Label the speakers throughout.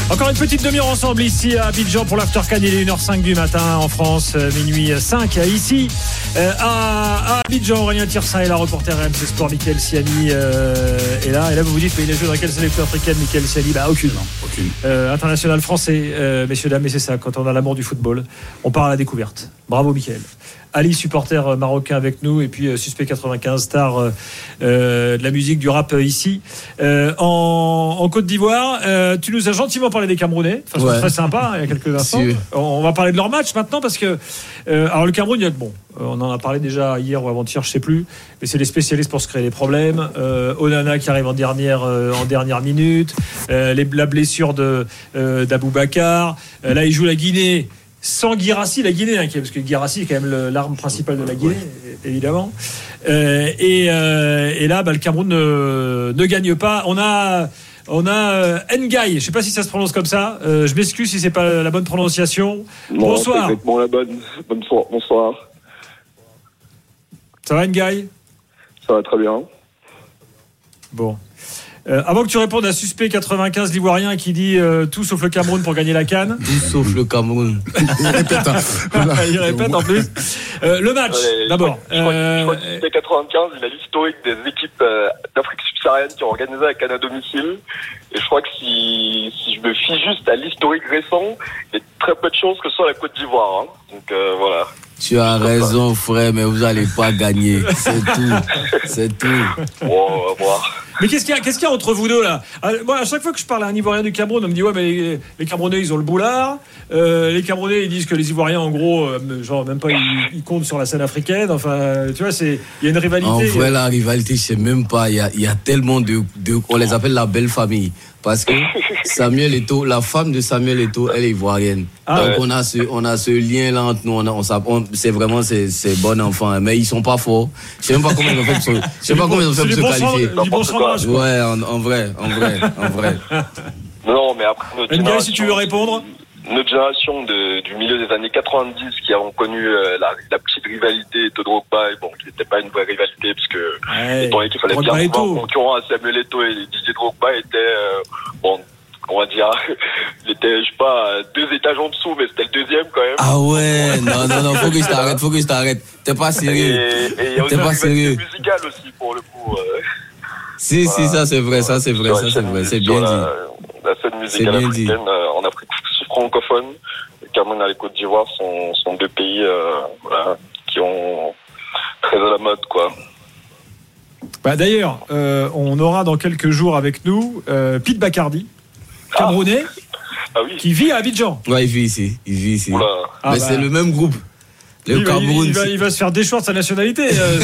Speaker 1: Encore une petite demi-heure ensemble ici à Abidjan pour l'After CAN. Il est 1h05 du matin en France, minuit 5 ici à Abidjan. Aurélien Tirsin et la reporter RMC Sport Mickaël Siani est là. Et là vous vous dites, mais il a joué dans quelle sélection africaine Mickaël Siani? Aucune. International français, messieurs dames, et c'est ça, quand on a l'amour du football, on part à la découverte. Bravo Mickaël. Ali, supporter marocain avec nous, et puis Suspect 95, star de la musique, du rap ici en Côte d'Ivoire. Tu nous as gentiment parlé des Camerounais, de façon très sympa, il y a quelques instants. On va parler de leur match maintenant, parce que alors le Cameroun, on en a parlé déjà hier ou avant-hier, je sais plus, mais c'est les spécialistes pour se créer des problèmes. Onana qui arrive en dernière minute, la blessure d'Aboubacar. Là il joue la Guinée sans Guirassy, la Guinée, parce que Guirassy est quand même l'arme principale de la Guinée, évidemment. Et là, le Cameroun ne gagne pas. On a Ngaï, je ne sais pas si ça se prononce comme ça. Je m'excuse si c'est pas la bonne prononciation.
Speaker 2: Non,
Speaker 1: bonsoir.
Speaker 2: C'est exactement la bonne. Bonsoir.
Speaker 1: Ça va, Ngaï?
Speaker 2: Ça va très bien.
Speaker 1: Bon. Avant que tu répondes à Suspect 95, l'Ivoirien qui dit tout sauf le Cameroun pour gagner la CAN.
Speaker 3: Tout sauf le Cameroun.
Speaker 1: Il répète en plus. Le match, d'abord.
Speaker 2: Je crois que Suspect 95, il a l'historique des équipes d'Afrique subsaharienne qui ont organisé la CAN à domicile. Et je crois que si je me fie juste à l'historique récent, il y a très peu de chances que ce soit la Côte d'Ivoire. Donc voilà.
Speaker 3: Tu as raison, frère, mais vous n'allez pas gagner. C'est tout.
Speaker 2: Bon, on va voir.
Speaker 1: Mais qu'est-ce qu'il y a entre vous deux là? Moi, à chaque fois que je parle à un Ivoirien du Cameroun, on me dit ouais, mais les Camerounais ils ont le boulard. Les Camerounais ils disent que les Ivoiriens en gros, genre même pas ils comptent sur la scène africaine. Enfin, tu vois, il y a une rivalité.
Speaker 3: En vrai, la rivalité, je sais même pas. Il y a tellement de, on les appelle la belle famille. Parce que Samuel Eto'o, la femme de Samuel Eto'o, elle est ivoirienne. Donc on a ce lien là entre nous. C'est vraiment c'est bon enfant. Mais ils sont pas forts. Je sais même pas comment ils ont fait pour se qualifier. Ouais, en vrai.
Speaker 2: Non, mais après notre génération,
Speaker 1: si tu veux répondre.
Speaker 2: Notre génération du milieu des années 90 qui avons connu la petite rivalité Eto'o-Drogba, qui n'était pas une vraie rivalité parce que étant donné qu'il fallait bien trouver un concurrent à Samuel Eto'o et Didier Drogba était on va dire, il était, je sais pas, 2 étages en dessous, mais c'était le deuxième quand même.
Speaker 3: Ah ouais, non, faut que je t'arrête. T'es pas sérieux.
Speaker 2: Et il y a aussi une rivalité musicale aussi, pour le coup.
Speaker 3: Si, ça c'est vrai, c'est bien dit.
Speaker 2: La scène musicale africaine en Afrique francophone, le Cameroun et la Côte d'Ivoire sont 2 pays qui ont très à la mode, quoi.
Speaker 1: D'ailleurs, on aura dans quelques jours avec nous Pete Bacardi, Camerounais, qui vit à Abidjan.
Speaker 3: Ouais, il vit ici.
Speaker 2: Mais
Speaker 3: c'est le même groupe. Le Cameroun.
Speaker 1: Il va se faire déchoir de sa nationalité.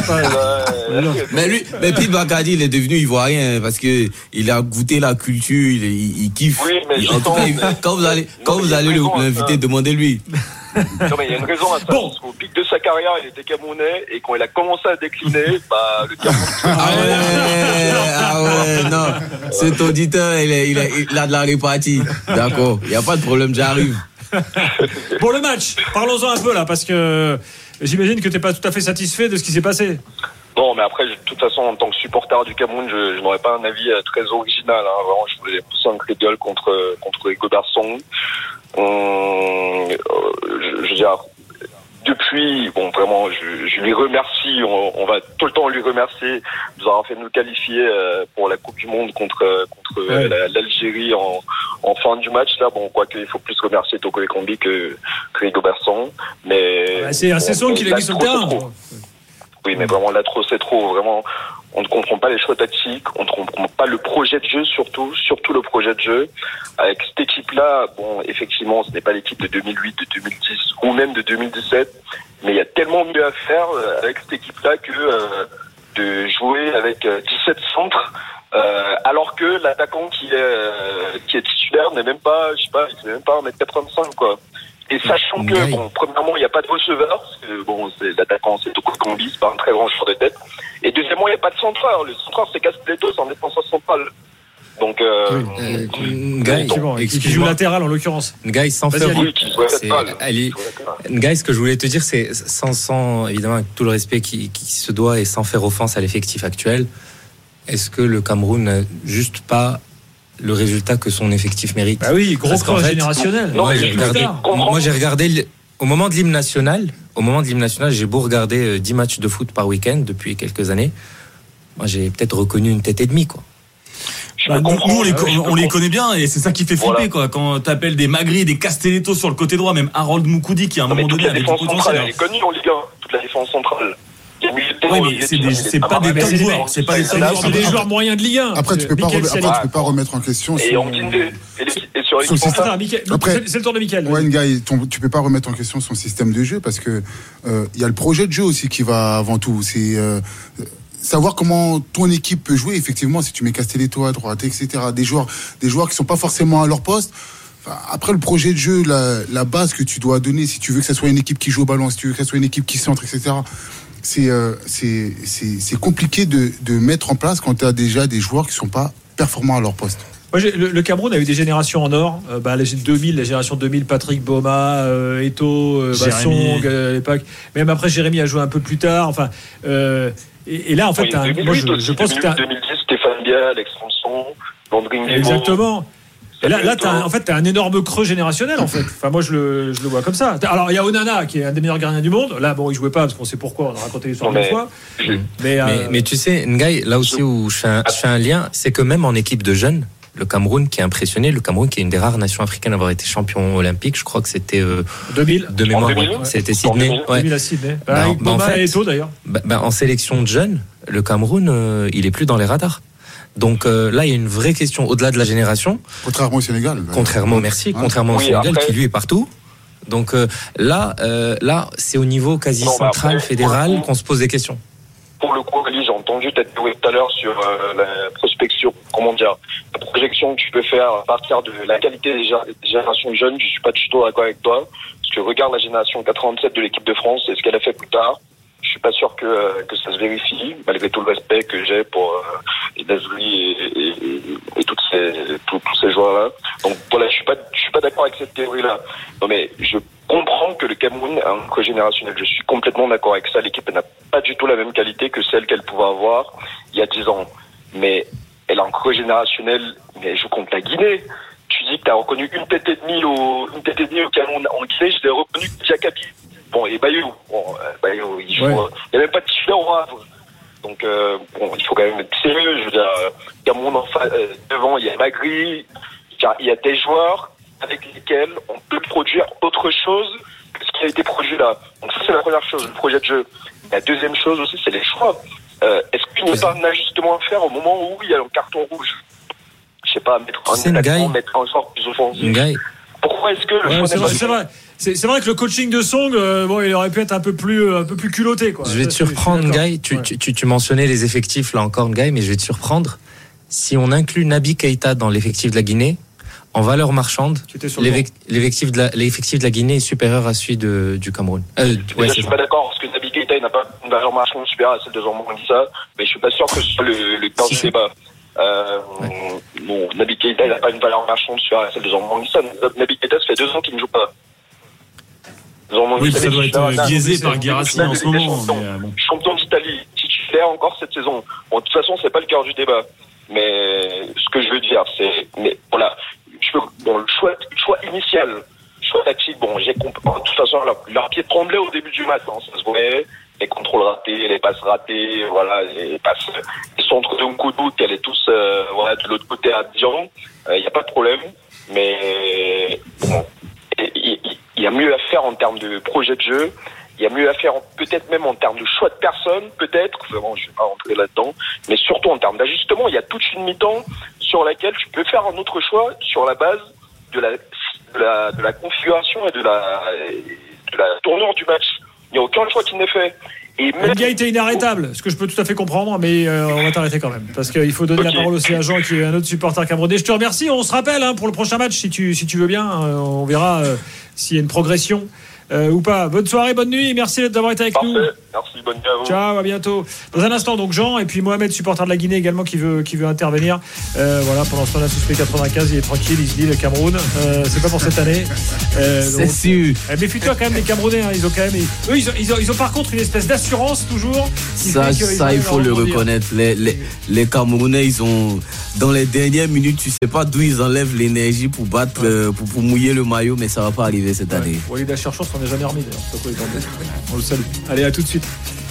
Speaker 3: Mais Pete Bacardi, il est devenu ivoirien parce que il a goûté la culture, il kiffe.
Speaker 2: Oui, mais
Speaker 3: en tout cas, quand vous allez l'inviter, demandez-lui.
Speaker 2: Non, mais il y a une raison à ça. Parce qu'au pic de sa carrière, il était camerounais et quand il a commencé à décliner, le Cameroun.
Speaker 3: Ah ouais, non. Cet auditeur, il a de la répartie. D'accord, il n'y a pas de problème, j'arrive.
Speaker 1: Bon, le match, parlons-en un peu là, parce que j'imagine que tu n'es pas tout à fait satisfait de ce qui s'est passé.
Speaker 2: Non, mais après, de toute façon, en tant que supporter du Cameroun, je n'aurais pas un avis très original. Vraiment, je voulais pousser un cri de gueule contre Rigobert Song. Je veux dire, depuis, vraiment, je lui remercie. On va tout le temps lui remercier de nous avoir fait nous qualifier pour la Coupe du Monde contre l'Algérie en fin du match. Là, quoique il faut plus remercier Toko Ekambi que Rigobert Song. Mais
Speaker 1: c'est Song qui l'a mis sur le terrain.
Speaker 2: Oui, mais vraiment, là, c'est trop. Vraiment, on ne comprend pas les choix tactiques, on ne comprend pas le projet de jeu, surtout le projet de jeu. Avec cette équipe-là, effectivement, ce n'est pas l'équipe de 2008, de 2010 ou même de 2017, mais il y a tellement mieux à faire avec cette équipe-là que de jouer avec 17 centres, alors que l'attaquant qui est titulaire n'est même pas, il fait même pas 1m85, quoi. Et sachant que, premièrement, il n'y a pas de receveur, parce que, l'attaquant, c'est Toko Ekambi, c'est pas un très grand joueur de tête. Et deuxièmement, il n'y a pas de centreur. Le centreur, c'est Caspleto, c'est un défenseur central. Donc,
Speaker 1: qui joue latéral en l'occurrence.
Speaker 4: Ngaï, sans faire. Ngaï, ce que je voulais te dire, c'est sans évidemment, avec tout le respect qui se doit et sans faire offense à l'effectif actuel, est-ce que le Cameroun n'a juste pas le résultat que son effectif mérite.
Speaker 1: Bah oui, gros creux générationnel.
Speaker 4: Moi, j'ai regardé au moment de l'hymne national, j'ai beau regarder 10 matchs de foot par week-end depuis quelques années. Moi, j'ai peut-être reconnu une tête et demie, quoi.
Speaker 5: On les connaît bien et c'est ça qui fait flipper, quoi. Quand t'appelles des Magri, des Castelletto sur le côté droit, même Harold Moukoudi qui à un moment donné avait du potentiel.
Speaker 2: Elle est connue en Ligue 1, toute la défense centrale.
Speaker 5: Oui, mais c'est pas des top joueurs, c'est pas des
Speaker 1: joueurs moyens de Ligue 1.
Speaker 6: Après, tu peux pas remettre en question.
Speaker 2: Et sur l'équipe
Speaker 1: c'est le tour de Mickaël.
Speaker 6: Ouais, Ngaï, tu peux pas remettre en question son système de jeu parce que il y a le projet de jeu aussi qui va avant tout. C'est savoir comment ton équipe peut jouer. Effectivement, si tu mets Castelletto à droite, etc., des joueurs qui sont pas forcément à leur poste. Enfin, après le projet de jeu, la base que tu dois donner, si tu veux que ça soit une équipe qui joue au ballon, si tu veux que ça soit une équipe qui centre, etc., c'est compliqué de mettre en place quand tu as déjà des joueurs qui sont pas performants à leur poste.
Speaker 1: Moi, le Cameroun a eu des générations en or. La génération 2000, Patrick Boma, Eto'o, Bassong, même après Jérémy a joué un peu plus tard. Enfin, et là, en fait, je pense que
Speaker 2: 2010, Stéphane Bia, Alex Sanson, Landry Nguemo.
Speaker 1: Exactement. Et là, t'as un énorme creux générationnel, en fait. Enfin, moi, je le vois comme ça. Alors, il y a Onana, qui est un des meilleurs gardiens du monde. Là, bon, il jouait pas, parce qu'on sait pourquoi, on a raconté l'histoire deux fois.
Speaker 4: Mais tu sais, Ngaï, là aussi où je fais un lien, c'est que même en équipe de jeunes, le Cameroun qui est impressionné, le Cameroun qui est une des rares nations africaines à avoir été champion olympique, je crois que c'était
Speaker 1: 2000
Speaker 4: de mémoire, c'était Sydney.
Speaker 1: 2000 à Sydney. Avec Boma et Eto'o d'ailleurs.
Speaker 4: En sélection de jeunes, le Cameroun, il est plus dans les radars. Donc là, il y a une vraie question au-delà de la génération.
Speaker 6: Contrairement au Sénégal.
Speaker 4: Contrairement au Sénégal qui lui est partout. Donc là, c'est au niveau quasi central, fédéral, qu'on se pose des questions.
Speaker 2: Pour le coup, Ali, j'ai entendu t'être doué tout à l'heure sur la prospection, la projection que tu peux faire à partir de la qualité des générations jeunes. Je suis pas du tout d'accord avec toi, parce que regarde la génération 87 de l'équipe de France et ce qu'elle a fait plus tard. Je suis pas sûr que ça se vérifie, malgré tout le respect que j'ai pour Nasri et tous ces joueurs-là. Donc voilà, je suis pas d'accord avec cette théorie-là. Non mais je comprends que le Cameroun a un creux générationnel. Je suis complètement d'accord avec ça. L'équipe n'a pas du tout la même qualité que celle qu'elle pouvait avoir il y a 10 ans. Mais elle a un creux générationnel. Mais je compte la Guinée. Tu dis que tu as reconnu une tête et demie au Cameroun. En Guinée, je l'ai reconnu Diakabi. Bon, et Bayou. Bayou, il joue. Il n'y a même pas de titulaire au Havre. Donc, il faut quand même être sérieux. Je veux dire, Cameroun devant, il y a Magri. Il y a des joueurs avec lesquels on peut produire autre chose que ce qui a été produit là. Donc ça, c'est la première chose, le projet de jeu. La deuxième chose aussi, c'est les choix. Est-ce qu'il n'y a pas un ajustement à faire au moment où il y a un carton rouge? Je sais pas, mettre un joueur plus offensif. Pourquoi est-ce que
Speaker 1: c'est vrai. C'est vrai que le coaching de Song, il aurait pu être un peu plus culotté, quoi.
Speaker 4: Je vais te surprendre, Ngaï. Tu mentionnais les effectifs là encore, Ngaï, mais je vais te surprendre. Si on inclut Naby Keïta dans l'effectif de la Guinée, en valeur marchande, l'effectif de la Guinée est supérieur à celui du Cameroun.
Speaker 2: Je suis pas d'accord, parce que Naby Keïta n'a pas une valeur marchande supérieure à celle de Jean-Marie Mangissa, mais je suis pas sûr que ce soit le cœur du débat. Naby Keïta n'a pas une valeur marchande supérieure à celle de Jean-Marie Mangissa. Naby Keïta, ça fait 2 ans qu'il ne joue pas.
Speaker 5: Oui, ça doit être biaisé par Guirassy en ce moment.
Speaker 2: Champion d'Italie, titulaire encore cette saison. Bon, de toute façon, c'est pas le cœur du débat. Mais ce que je veux dire, c'est, le choix initial, choix tactique, j'ai compris. De toute façon, leur pied tremblait au début du match, ça se voyait. Les contrôles ratés, les passes ratées, les passes, les centres de Nkoudou qui allaient tous, de l'autre côté à Dijon. Il n'y a pas de problème. Mais, il y a mieux à faire en termes de projet de jeu. Il y a mieux à faire peut-être même en termes de choix de personnes, peut-être. Vraiment, je ne vais pas rentrer là-dedans. Mais surtout en termes d'ajustement, il y a toute une mi-temps sur laquelle tu peux faire un autre choix sur la base de la configuration et de la tournure du match. Il n'y a aucun choix qui n'est fait.
Speaker 1: Le gars était inarrêtable, ce que je peux tout à fait comprendre, mais on va t'arrêter quand même. Parce qu'il faut donner la parole aussi à Jean, qui est un autre supporter camerounais. Je te remercie, on se rappelle pour le prochain match, si tu veux bien. On verra s'il y a une progression ou pas. Bonne soirée, bonne nuit, merci d'avoir été avec nous.
Speaker 2: Merci, bonne nuit à vous.
Speaker 1: Ciao, à bientôt. Dans un instant, donc Jean, et puis Mohamed, supporter de la Guinée également, qui veut intervenir. Voilà, pendant ce temps-là, suspect 95, il est tranquille, il se dit le Cameroun. C'est pas pour cette année.
Speaker 3: C'est sûr.
Speaker 1: Méfie-toi quand même des Camerounais, hein, ils ont quand même. Eux, ils ont par contre une espèce d'assurance toujours.
Speaker 3: Ça, il faut le reconnaître. Les Camerounais, ils ont. Dans les dernières minutes, tu sais pas d'où ils enlèvent l'énergie pour battre, pour mouiller le maillot, mais ça va pas arriver cette année.
Speaker 1: Walid Acharchour s'en est jamais remis d'ailleurs. On le salue. Allez, à tout de suite.